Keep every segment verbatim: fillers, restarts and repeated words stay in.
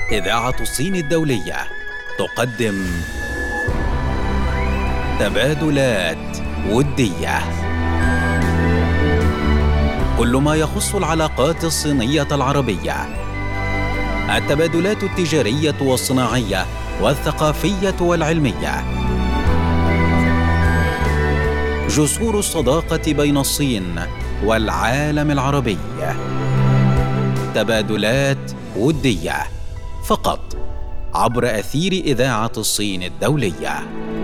إذاعة الصين الدولية تقدم تبادلات ودية، كل ما يخص العلاقات الصينية العربية، التبادلات التجارية والصناعية والثقافية والعلمية، جسور الصداقة بين الصين والعالم العربي. تبادلات ودية فقط عبر أثير إذاعة الصين الدولية.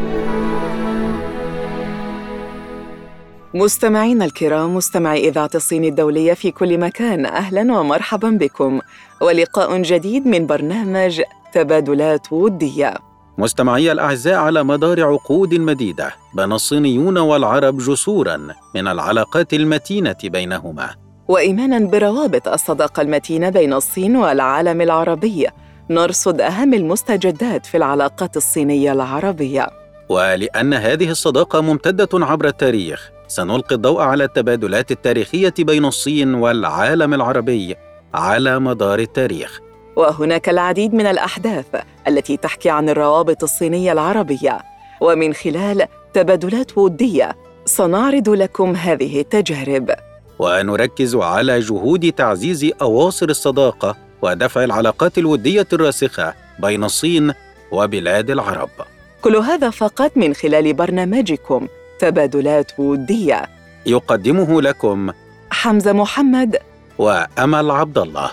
مستمعينا الكرام، مستمعي إذاعة الصين الدولية في كل مكان، أهلاً ومرحباً بكم، ولقاء جديد من برنامج تبادلات ودية. مستمعي الأعزاء، على مدار عقود مديدة بنى الصينيون والعرب جسوراً من العلاقات المتينة بينهما، وإيماناً بروابط الصداقة المتينة بين الصين والعالم العربي، نرصد أهم المستجدات في العلاقات الصينية العربية. ولأن هذه الصداقة ممتدة عبر التاريخ، سنلقي الضوء على التبادلات التاريخية بين الصين والعالم العربي على مدار التاريخ. وهناك العديد من الأحداث التي تحكي عن الروابط الصينية العربية، ومن خلال تبادلات ودية سنعرض لكم هذه التجارب، ونركز على جهود تعزيز أواصر الصداقة ودفع العلاقات الودية الراسخة بين الصين وبلاد العرب. كل هذا فقط من خلال برنامجكم تبادلات ودية، يقدمه لكم حمزة محمد وأمل عبد الله.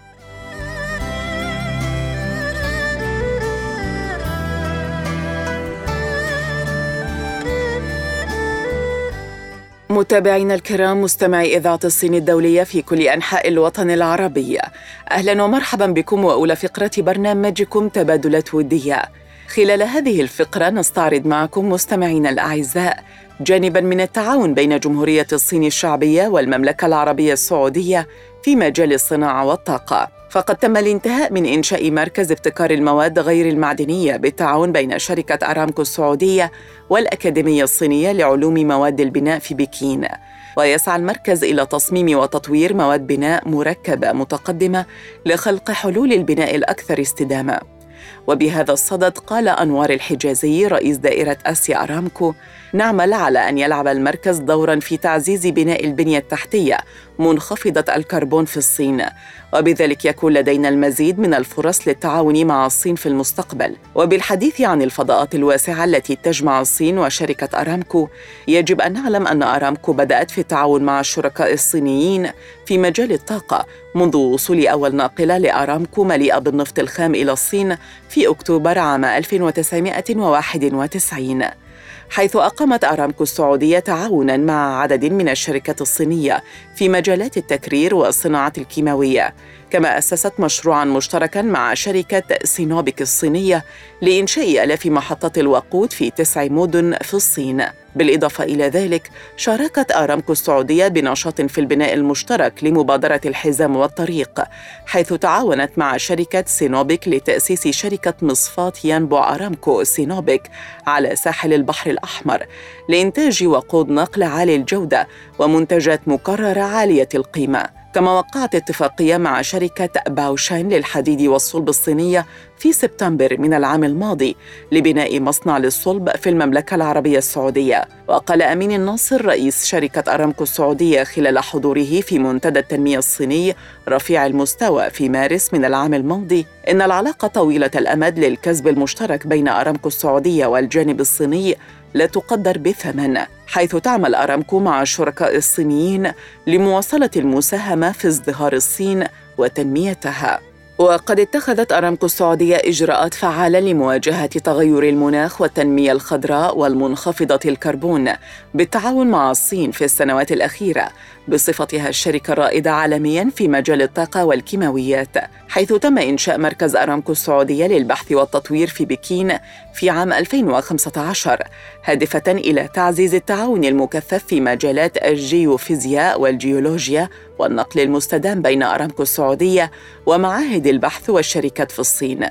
متابعينا الكرام، مستمعي إذاعة الصين الدولية في كل أنحاء الوطن العربي، أهلاً ومرحباً بكم وأولى فقرة برنامجكم تبادلات ودية. خلال هذه الفقرة نستعرض معكم مستمعينا الأعزاء جانباً من التعاون بين جمهورية الصين الشعبية والمملكة العربية السعودية في مجال الصناعة والطاقة. فقد تم الانتهاء من إنشاء مركز ابتكار المواد غير المعدنية بالتعاون بين شركة أرامكو السعودية والأكاديمية الصينية لعلوم مواد البناء في بكين، ويسعى المركز إلى تصميم وتطوير مواد بناء مركبة متقدمة لخلق حلول البناء الأكثر استدامة. وبهذا الصدد قال أنوار الحجازي رئيس دائرة آسيا أرامكو: نعمل على أن يلعب المركز دوراً في تعزيز بناء البنية التحتية منخفضة الكربون في الصين، وبذلك يكون لدينا المزيد من الفرص للتعاون مع الصين في المستقبل. وبالحديث عن الفضاءات الواسعة التي تجمع الصين وشركة أرامكو، يجب أن نعلم أن أرامكو بدأت في التعاون مع الشركاء الصينيين في مجال الطاقة منذ وصول أول ناقلة لأرامكو مليئة بالنفط الخام إلى الصين في أكتوبر عام ألف وتسعمائة وواحد وتسعين، حيث أقامت أرامكو السعودية تعاوناً مع عدد من الشركات الصينية في مجالات التكرير والصناعة الكيماوية، كما أسست مشروعاً مشتركاً مع شركة سينوبيك الصينية لإنشاء آلاف محطات الوقود في تسع مدن في الصين. بالإضافة إلى ذلك، شاركت أرامكو السعودية بنشاط في البناء المشترك لمبادرة الحزام والطريق، حيث تعاونت مع شركة سينوبيك لتأسيس شركة مصفاة ينبع أرامكو سينوبيك على ساحل البحر الأحمر لإنتاج وقود نقل عالي الجودة ومنتجات مكررة عالية القيمة. كما وقعت اتفاقية مع شركة باوشان للحديد والصلب الصينية في سبتمبر من العام الماضي لبناء مصنع للصلب في المملكة العربية السعودية. وقال أمين الناصر رئيس شركة أرامكو السعودية خلال حضوره في منتدى التنمية الصيني رفيع المستوى في مارس من العام الماضي إن العلاقة طويلة الأمد للكسب المشترك بين أرامكو السعودية والجانب الصيني لا تقدر بثمن، حيث تعمل أرامكو مع الشركاء الصينيين لمواصلة المساهمة في ازدهار الصين وتنميتها. وقد اتخذت أرامكو السعودية إجراءات فعالة لمواجهة تغير المناخ والتنمية الخضراء والمنخفضة الكربون بالتعاون مع الصين في السنوات الأخيرة بصفتها الشركة الرائدة عالمياً في مجال الطاقة والكيماويات، حيث تم إنشاء مركز أرامكو السعودية للبحث والتطوير في بكين في عام ألفين وخمسة عشر، هادفة إلى تعزيز التعاون المكثف في مجالات الجيوفيزياء والجيولوجيا والنقل المستدام بين أرامكو السعودية ومعاهد البحث والشركات في الصين.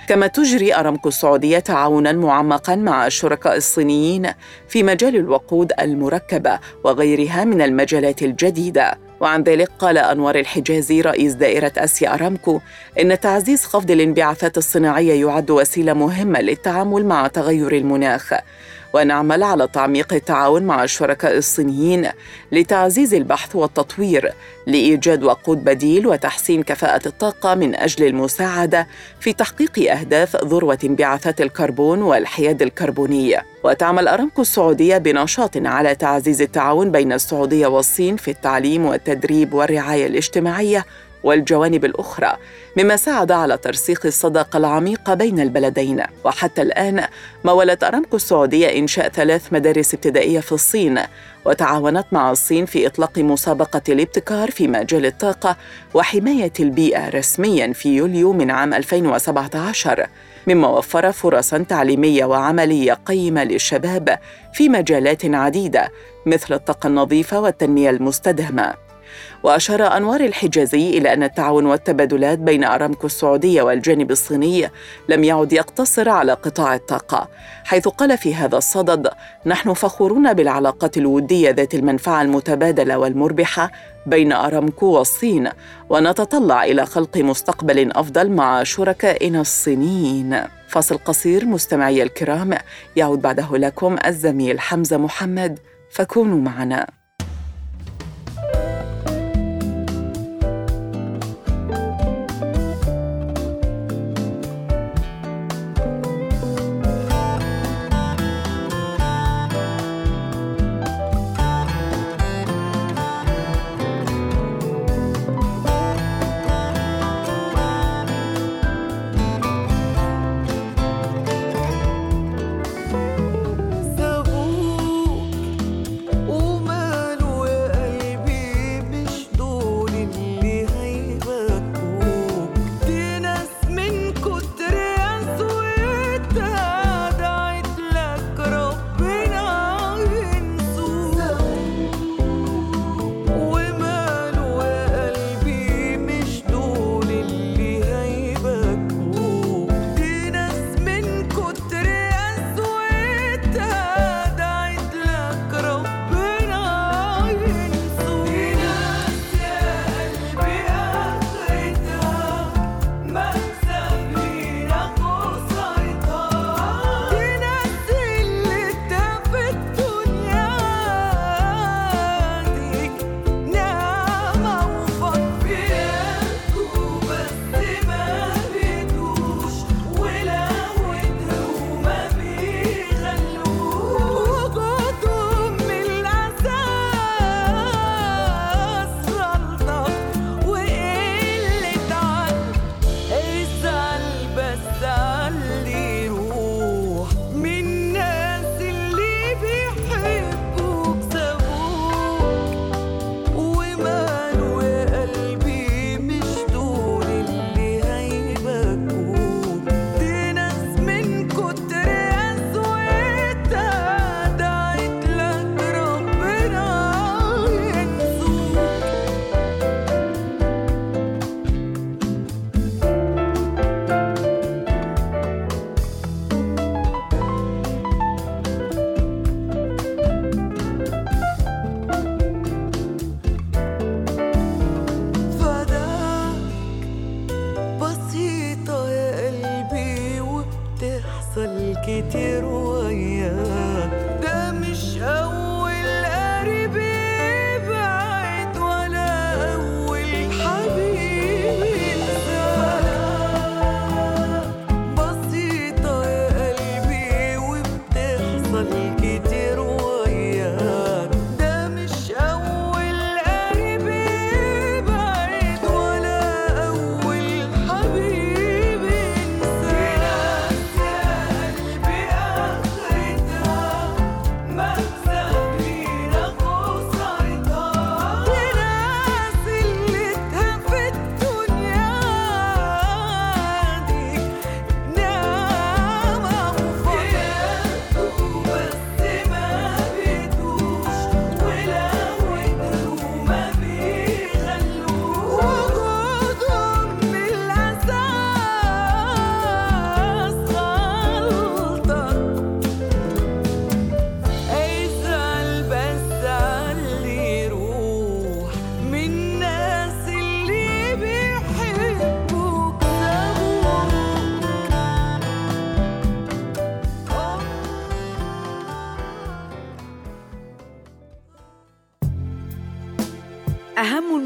كما تجري أرامكو السعودية تعاوناً معمقاً مع الشركاء الصينيين في مجال الوقود المركبة وغيرها من المجالات الجديدة. وعن ذلك قال أنور الحجازي رئيس دائرة آسيا أرامكو إن تعزيز خفض الانبعاثات الصناعية يعد وسيلة مهمة للتعامل مع تغير المناخ، ونعمل على تعميق التعاون مع الشركاء الصينيين لتعزيز البحث والتطوير لإيجاد وقود بديل وتحسين كفاءة الطاقة من أجل المساعدة في تحقيق أهداف ذروة انبعاثات الكربون والحياد الكربوني. وتعمل أرامكو السعودية بنشاط على تعزيز التعاون بين السعودية والصين في التعليم والتدريب والرعاية الاجتماعية والجوانب الأخرى، مما ساعد على ترسيخ الصداقة العميقة بين البلدين. وحتى الآن مولت أرامكو السعودية إنشاء ثلاث مدارس ابتدائية في الصين، وتعاونت مع الصين في إطلاق مسابقة الابتكار في مجال الطاقة وحماية البيئة رسمياً في يوليو من عام ألفين وسبعة عشر، مما وفر فرصاً تعليمية وعملية قيمة للشباب في مجالات عديدة مثل الطاقة النظيفة والتنمية المستدامة. وأشار أنور الحجازي إلى أن التعاون والتبادلات بين أرامكو السعودية والجانب الصيني لم يعد يقتصر على قطاع الطاقة، حيث قال في هذا الصدد: نحن فخورون بالعلاقات الودية ذات المنفعة المتبادلة والمربحة بين أرامكو والصين، ونتطلع إلى خلق مستقبل أفضل مع شركائنا الصينيين. فاصل قصير مستمعي الكرام، يعود بعده لكم الزميل حمزة محمد، فكونوا معنا.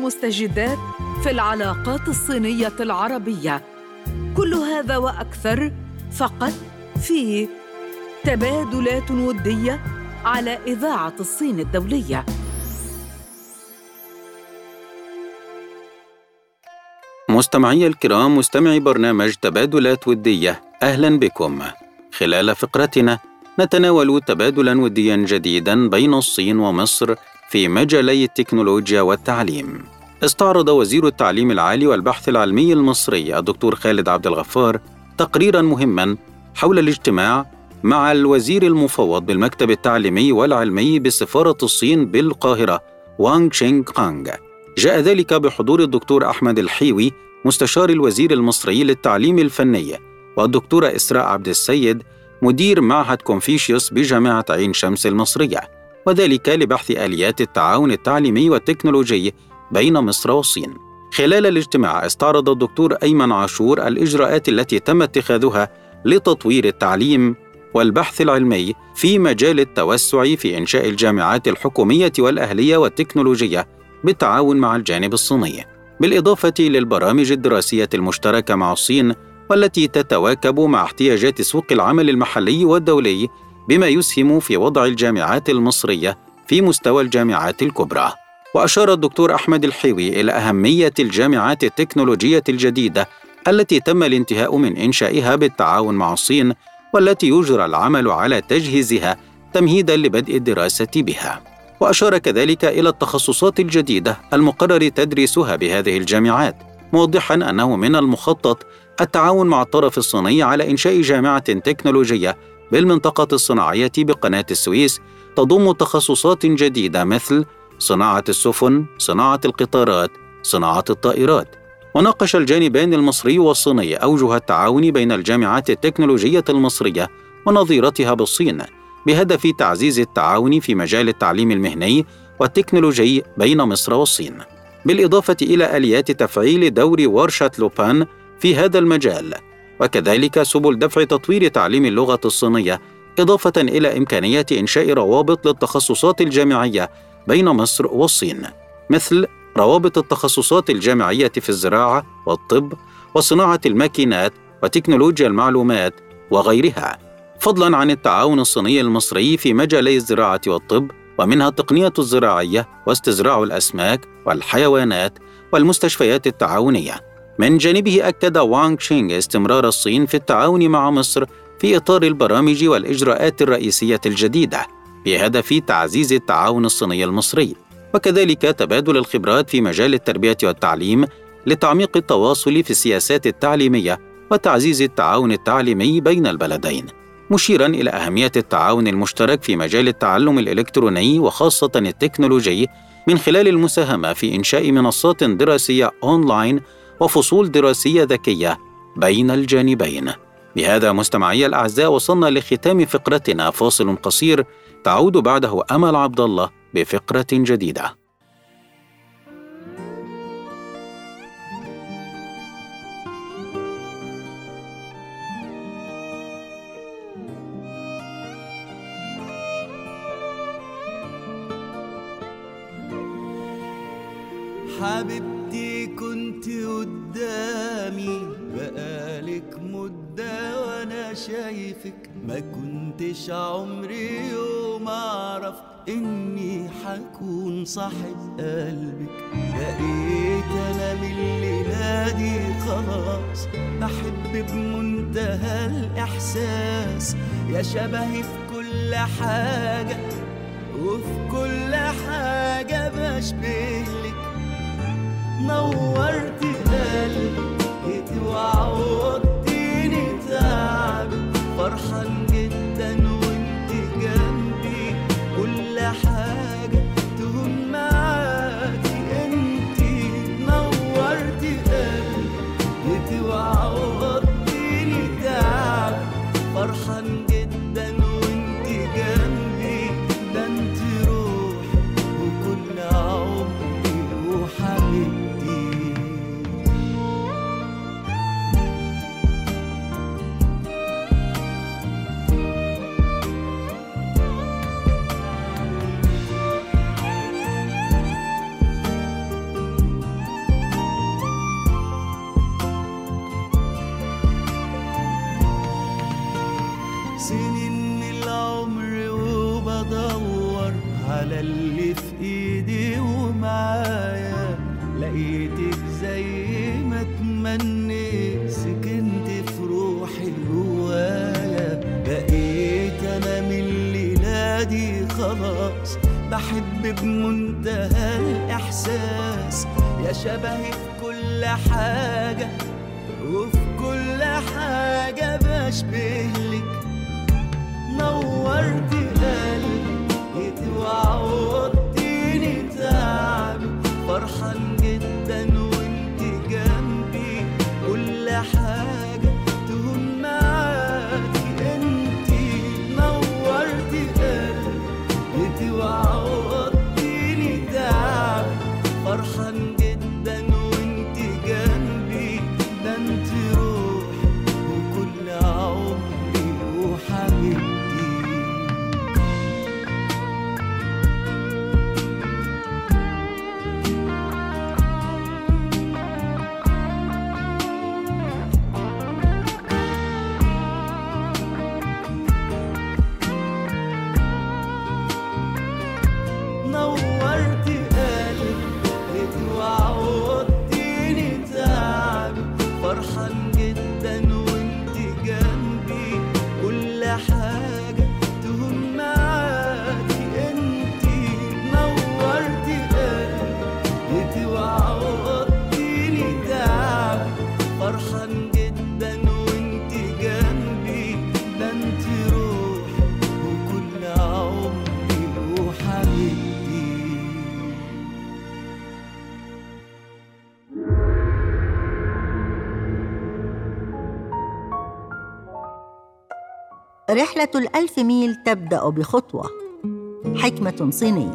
المستجدات في العلاقات الصينية العربية. كل هذا وأكثر فقط في تبادلات ودية على إذاعة الصين الدولية. مستمعي الكرام، مستمعي برنامج تبادلات ودية، أهلا بكم. خلال فقرتنا نتناول تبادلاً ودياً جديداً بين الصين ومصر في مجالي التكنولوجيا والتعليم. استعرض وزير التعليم العالي والبحث العلمي المصري الدكتور خالد عبد الغفار تقريراً مهماً حول الاجتماع مع الوزير المفوض بالمكتب التعليمي والعلمي بسفارة الصين بالقاهرة وانغ شينغ كانغ. جاء ذلك بحضور الدكتور أحمد الحيوي مستشار الوزير المصري للتعليم الفني، والدكتورة إسراء عبد السيد مدير معهد كونفوشيوس بجامعة عين شمس المصرية، وذلك لبحث آليات التعاون التعليمي والتكنولوجي بين مصر والصين. خلال الاجتماع استعرض الدكتور أيمن عاشور الإجراءات التي تم اتخاذها لتطوير التعليم والبحث العلمي في مجال التوسع في إنشاء الجامعات الحكومية والأهلية والتكنولوجية بالتعاون مع الجانب الصيني، بالإضافة للبرامج الدراسية المشتركة مع الصين والتي تتواكب مع احتياجات سوق العمل المحلي والدولي، بما يسهم في وضع الجامعات المصرية في مستوى الجامعات الكبرى. وأشار الدكتور أحمد الحيوي إلى أهمية الجامعات التكنولوجية الجديدة التي تم الانتهاء من إنشائها بالتعاون مع الصين، والتي يجرى العمل على تجهيزها تمهيداً لبدء الدراسة بها. وأشار كذلك إلى التخصصات الجديدة المقرر تدريسها بهذه الجامعات، موضحاً أنه من المخطط التعاون مع الطرف الصيني على إنشاء جامعة تكنولوجية بالمنطقة الصناعية بقناة السويس تضم تخصصات جديدة مثل صناعة السفن، صناعة القطارات، صناعة الطائرات. وناقش الجانبان المصري والصيني أوجه التعاون بين الجامعات التكنولوجية المصرية ونظيرتها بالصين، بهدف تعزيز التعاون في مجال التعليم المهني والتكنولوجي بين مصر والصين، بالإضافة إلى آليات تفعيل دور ورشة لوبان في هذا المجال، وكذلك سبل دفع تطوير تعليم اللغة الصينية، إضافة إلى إمكانية إنشاء روابط للتخصصات الجامعية بين مصر والصين، مثل روابط التخصصات الجامعية في الزراعة والطب وصناعة الماكينات وتكنولوجيا المعلومات وغيرها، فضلاً عن التعاون الصيني المصري في مجالي الزراعة والطب، ومنها التقنية الزراعية واستزراع الأسماك والحيوانات والمستشفيات التعاونية. من جانبه أكد وانغ شينغ استمرار الصين في التعاون مع مصر في إطار البرامج والإجراءات الرئيسية الجديدة بهدف تعزيز التعاون الصيني المصري، وكذلك تبادل الخبرات في مجال التربية والتعليم لتعميق التواصل في السياسات التعليمية وتعزيز التعاون التعليمي بين البلدين، مشيراً إلى أهمية التعاون المشترك في مجال التعلم الإلكتروني وخاصة التكنولوجي، من خلال المساهمة في إنشاء منصات دراسية أونلاين وفصول دراسية ذكية بين الجانبين. بهذا مستمعي الأعزاء وصلنا لختام فقرتنا، فاصل قصير تعود بعده أمل عبد الله بفقرة جديدة. حبيبتي كنت قدامي بقالك مدة وانا شايفك، ما كنتش عمري يوم اعرف اني حكون صاحب قلبك. بقيت انا من الليلة دي خلاص بحب بمنتهى الاحساس، يا شبهي في كل حاجة وفي كل حاجة بشبهلك. نورت قلبي جيتي وعودتيني تعبي، فرحان جدا وانت جنبي، كل حاجة تهون معاكي انتي. نورت قلبي جيتي وعودتيني تعبي، فرحان جدا وانت جنبي، ده انت روحي وكل عمري وحبيبتي. زي ما تمنيت سكنت في روحي جوايا، بقيت انا من الليلة دي خلاص بحب بمنتهى الإحساس، يا شبهي في كل حاجة وفي كل حاجة بشبهلك. نورت قلبي وعودتيني تعبي، فرحان جدا وانت جنبي، كل حاجة تهون معاكي انتي. نورت قلبي وعودتيني تعبي، فرحان جدا وانت جنبي، ده انت روحي وكل عمري وحبيبتي. نورت قلبي وعودتيني تعبي، فرحان جدا وانت جنبي، كل حاجة تهون معاكي انتي. نورت قلبي وعودتيني تعبي، فرحان جدا وانت جنبي، ده انت روحي وكل عمري وحبيبتي. رحلة الألف ميل تبدأ بخطوة. حكمة صينية.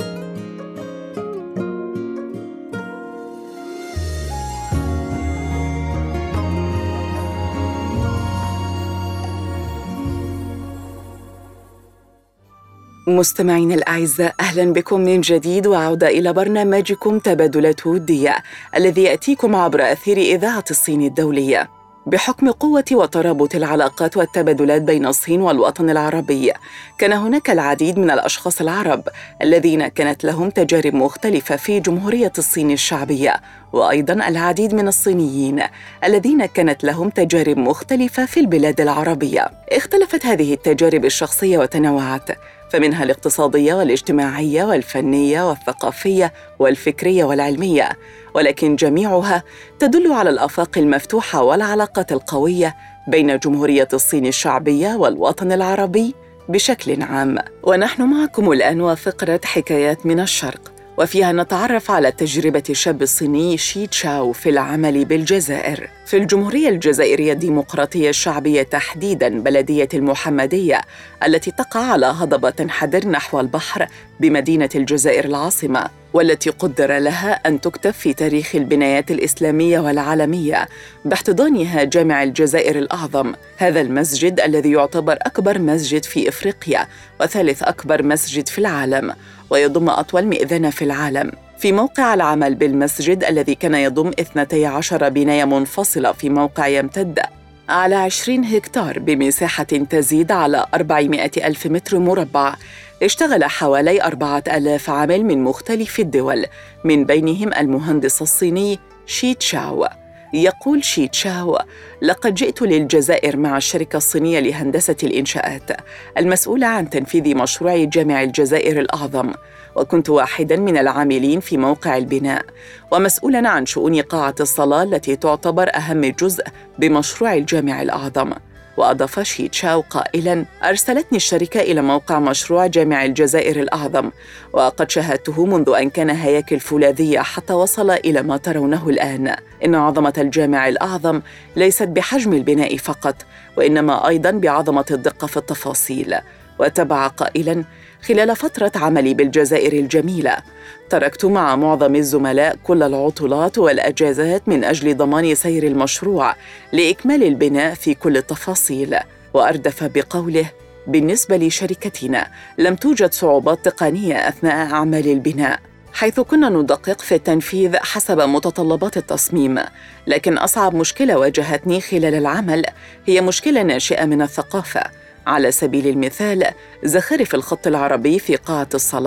مستمعين الأعزاء، أهلاً بكم من جديد وعودة إلى برنامجكم تبادلات ودية الذي يأتيكم عبر أثير إذاعة الصين الدولية. بحكم قوة وترابط العلاقات والتبادلات بين الصين والوطن العربي، كان هناك العديد من الأشخاص العرب الذين كانت لهم تجارب مختلفة في جمهورية الصين الشعبية، وأيضاً العديد من الصينيين الذين كانت لهم تجارب مختلفة في البلاد العربية. اختلفت هذه التجارب الشخصية وتنوعت، فمنها الاقتصادية والاجتماعية والفنية والثقافية والفكرية والعلمية، ولكن جميعها تدل على الآفاق المفتوحة والعلاقات القوية بين جمهورية الصين الشعبية والوطن العربي بشكل عام. ونحن معكم الآن وفقرة حكايات من الشرق، وفيها نتعرف على تجربة الشاب الصيني شي تشاو في العمل بالجزائر. في الجمهورية الجزائرية الديمقراطية الشعبية، تحديداً بلدية المحمدية التي تقع على هضبة تنحدر نحو البحر بمدينة الجزائر العاصمة، والتي قدر لها أن تكتب في تاريخ البنايات الإسلامية والعالمية باحتضانها جامع الجزائر الأعظم. هذا المسجد الذي يعتبر أكبر مسجد في إفريقيا وثالث أكبر مسجد في العالم، ويضم أطول مئذنة في العالم. في موقع العمل بالمسجد الذي كان يضم اثنتي عشر بناية منفصلة في موقع يمتد على عشرين هكتار بمساحة تزيد على أربعمائة ألف متر مربع، اشتغل حوالي أربعة آلاف عامل من مختلف الدول، من بينهم المهندس الصيني شي تشاو. يقول شي تشاو: لقد جئت للجزائر مع الشركة الصينية لهندسة الإنشاءات المسؤولة عن تنفيذ مشروع جامع الجزائر الأعظم، وكنت واحداً من العاملين في موقع البناء ومسؤولاً عن شؤون قاعة الصلاة التي تعتبر أهم جزء بمشروع الجامع الأعظم. وأضاف شي تشاو قائلاً: أرسلتني الشركة إلى موقع مشروع جامع الجزائر الأعظم، وقد شاهدته منذ أن كان هياكل فولاذية حتى وصل إلى ما ترونه الآن. إن عظمة الجامع الأعظم ليست بحجم البناء فقط، وإنما أيضاً بعظمة الدقة في التفاصيل. وتبع قائلاً: خلال فترة عملي بالجزائر الجميلة، تركت مع معظم الزملاء كل العطلات والأجازات من أجل ضمان سير المشروع لإكمال البناء في كل التفاصيل. وأردف بقوله: بالنسبة لشركتنا لم توجد صعوبات تقنية أثناء أعمال البناء، حيث كنا ندقق في التنفيذ حسب متطلبات التصميم، لكن أصعب مشكلة واجهتني خلال العمل هي مشكلة ناشئة من الثقافة. على سبيل المثال، زخارف الخط العربي في قاعة الصلاة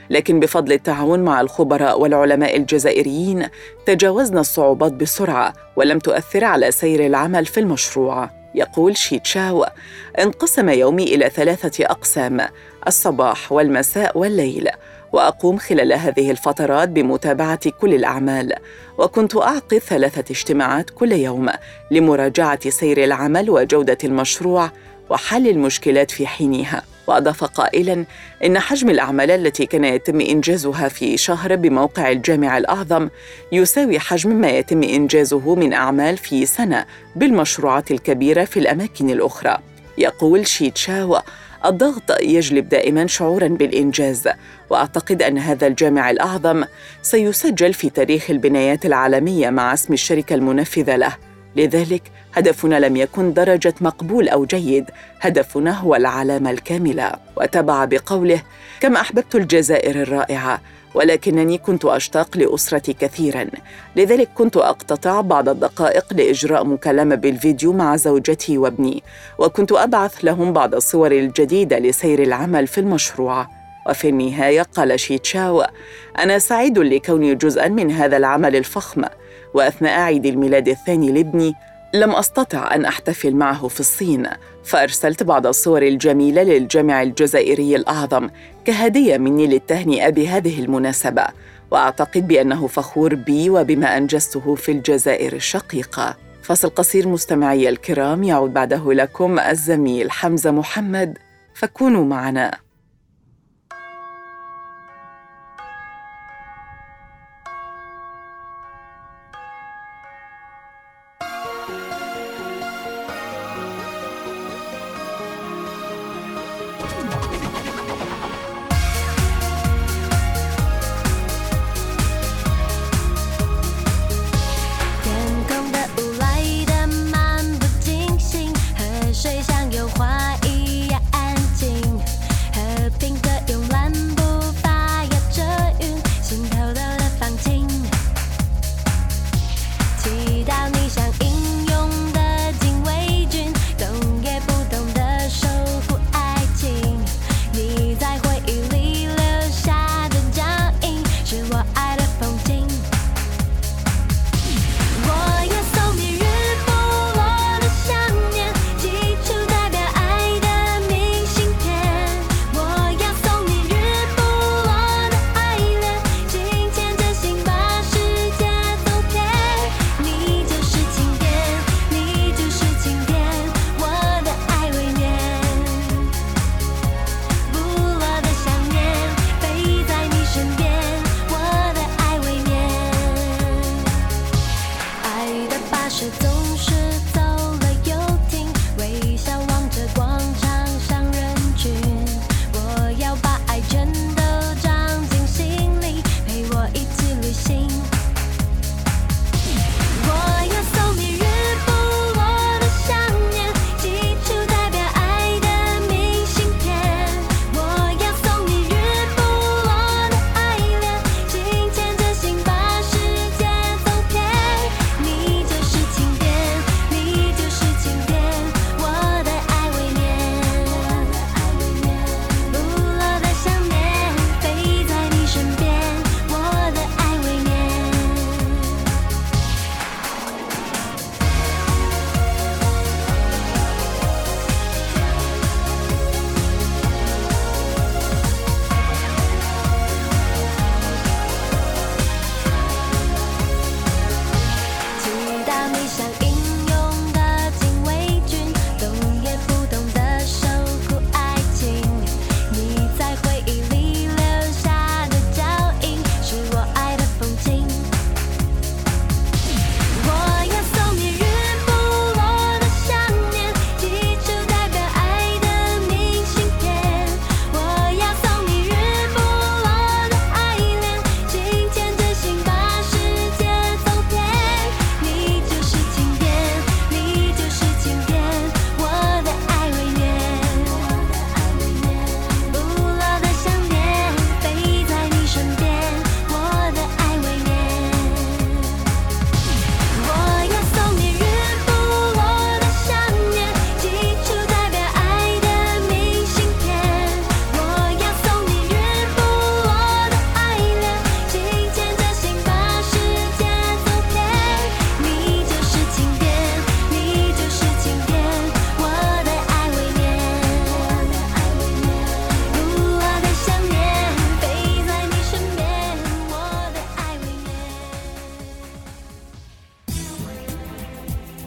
لكن بفضل التعاون مع الخبراء والعلماء الجزائريين تجاوزنا الصعوبات بسرعة ولم تؤثر على سير العمل في المشروع. يقول شي تشاو: انقسم يومي إلى ثلاثة أقسام، الصباح والمساء والليل، وأقوم خلال هذه الفترات بمتابعة كل الأعمال، وكنت أعقد ثلاثة اجتماعات كل يوم لمراجعة سير العمل وجودة المشروع وحل المشكلات في حينها. وأضاف قائلاً: إن حجم الأعمال التي كان يتم إنجازها في شهر بموقع الجامع الأعظم يساوي حجم ما يتم إنجازه من أعمال في سنة بالمشروعات الكبيرة في الأماكن الأخرى. يقول شي تشاو: الضغط يجلب دائماً شعوراً بالإنجاز، وأعتقد أن هذا الجامع الأعظم سيسجل في تاريخ البنايات العالمية مع اسم الشركة المنفذة له. لذلك هدفنا لم يكن درجة مقبول أو جيد، هدفنا هو العلامة الكاملة. وتبع بقوله: كم أحببت الجزائر الرائعة، ولكنني كنت أشتاق لأسرتي كثيراً، لذلك كنت أقتطع بعض الدقائق لإجراء مكالمة بالفيديو مع زوجتي وابني، وكنت أبعث لهم بعض الصور الجديدة لسير العمل في المشروع. وفي النهاية قال شي تشاو: أنا سعيد لكوني جزءاً من هذا العمل الفخم. وأثناء عيد الميلاد الثاني لابني لم أستطع أن أحتفل معه في الصين، فأرسلت بعض الصور الجميلة للجامع الجزائري الأعظم كهدية مني للتهنئة بهذه المناسبة، وأعتقد بأنه فخور بي وبما أنجزته في الجزائر الشقيقة. فاصل قصير مستمعي الكرام، يعود بعده لكم الزميل حمزة محمد، فكونوا معنا.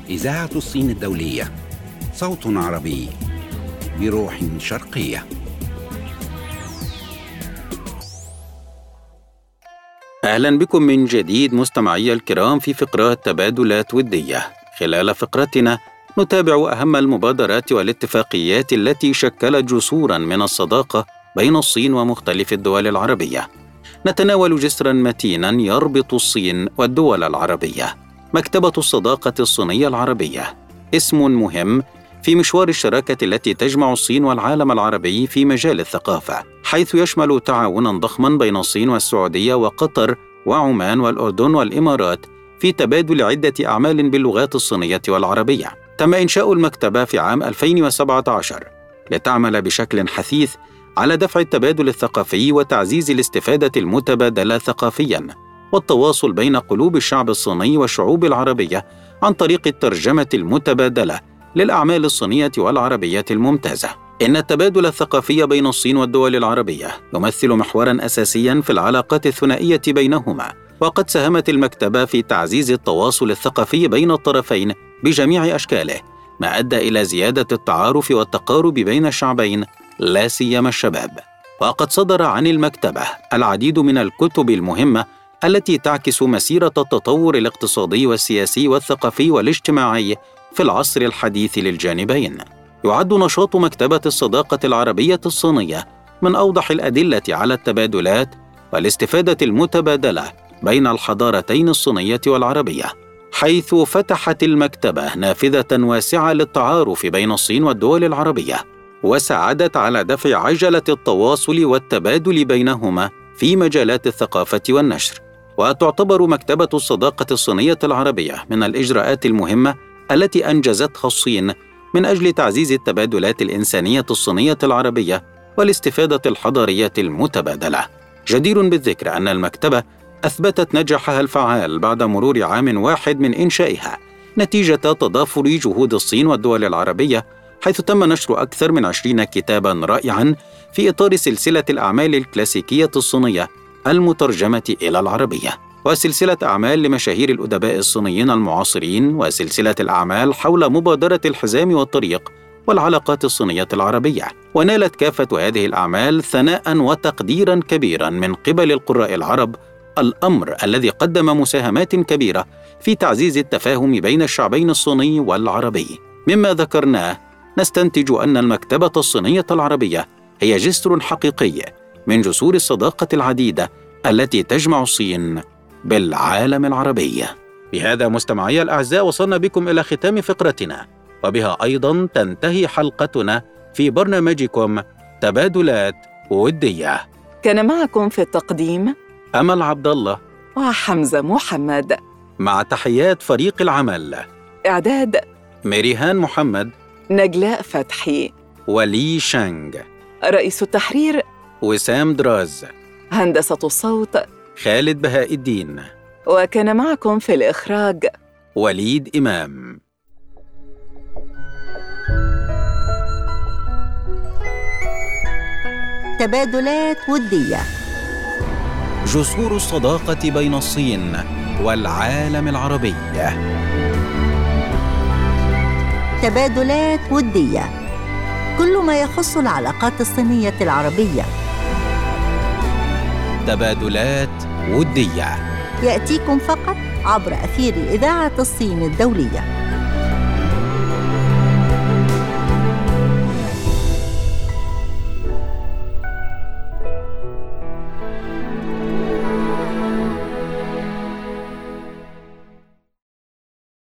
إذاعة الصين الدولية، صوت عربي بروح شرقية. أهلا بكم من جديد مستمعي الكرام في فقرات تبادلات ودية. خلال فقرتنا نتابع أهم المبادرات والاتفاقيات التي شكلت جسوراً من الصداقة بين الصين ومختلف الدول العربية. نتناول جسراً متيناً يربط الصين والدول العربية. مكتبة الصداقة الصينية العربية اسم مهم في مشوار الشراكة التي تجمع الصين والعالم العربي في مجال الثقافة، حيث يشمل تعاوناً ضخماً بين الصين والسعودية وقطر وعمان والأردن والإمارات في تبادل عدة أعمال باللغات الصينية والعربية. تم إنشاء المكتبة في عام ألفين وسبعة عشر لتعمل بشكل حثيث على دفع التبادل الثقافي وتعزيز الاستفادة المتبادلة ثقافياً والتواصل بين قلوب الشعب الصيني والشعوب العربية عن طريق الترجمة المتبادلة للأعمال الصينية والعربية الممتازة. إن التبادل الثقافي بين الصين والدول العربية يمثل محوراً أساسياً في العلاقات الثنائية بينهما، وقد ساهمت المكتبة في تعزيز التواصل الثقافي بين الطرفين بجميع أشكاله، ما أدى إلى زيادة التعارف والتقارب بين الشعبين لا سيما الشباب. وقد صدر عن المكتبة العديد من الكتب المهمة التي تعكس مسيرة التطور الاقتصادي والسياسي والثقافي والاجتماعي في العصر الحديث للجانبين. يعد نشاط مكتبة الصداقة العربية الصينية من أوضح الأدلة على التبادلات والاستفادة المتبادلة بين الحضارتين الصينية والعربية، حيث فتحت المكتبة نافذة واسعة للتعارف بين الصين والدول العربية، وساعدت على دفع عجلة التواصل والتبادل بينهما في مجالات الثقافة والنشر. وتعتبر مكتبة الصداقة الصينية العربية من الإجراءات المهمة التي أنجزتها الصين من أجل تعزيز التبادلات الإنسانية الصينية العربية والاستفادة الحضارية المتبادلة. جدير بالذكر أن المكتبة أثبتت نجاحها الفعال بعد مرور عام واحد من إنشائها نتيجة تضافر جهود الصين والدول العربية، حيث تم نشر أكثر من عشرين كتاباً رائعاً في إطار سلسلة الأعمال الكلاسيكية الصينية المترجمة إلى العربية، وسلسلة أعمال لمشاهير الأدباء الصينيين المعاصرين، وسلسلة الأعمال حول مبادرة الحزام والطريق والعلاقات الصينية العربية. ونالت كافة هذه الأعمال ثناء وتقديرا كبيرا من قبل القراء العرب، الأمر الذي قدم مساهمات كبيرة في تعزيز التفاهم بين الشعبين الصيني والعربي. مما ذكرناه نستنتج أن المكتبة الصينية العربية هي جسر حقيقي من جسور الصداقة العديدة التي تجمع الصين بالعالم العربي. بهذا مستمعي الأعزاء وصلنا بكم إلى ختام فقرتنا، وبها أيضا تنتهي حلقتنا في برنامجكم تبادلات ودية. كان معكم في التقديم أمل عبد الله وحمزة محمد، مع تحيات فريق العمل. إعداد ميريهان محمد، نجلاء فتحي، ولي شانغ. رئيس التحرير وسام دراز. هندسة الصوت خالد بهاء الدين. وكان معكم في الإخراج وليد إمام. تبادلات ودية، جسور الصداقة بين الصين والعالم العربي. تبادلات ودية، كل ما يخص العلاقات الصينية العربية. تبادلات ودية يأتيكم فقط عبر أثير إذاعة الصين الدولية.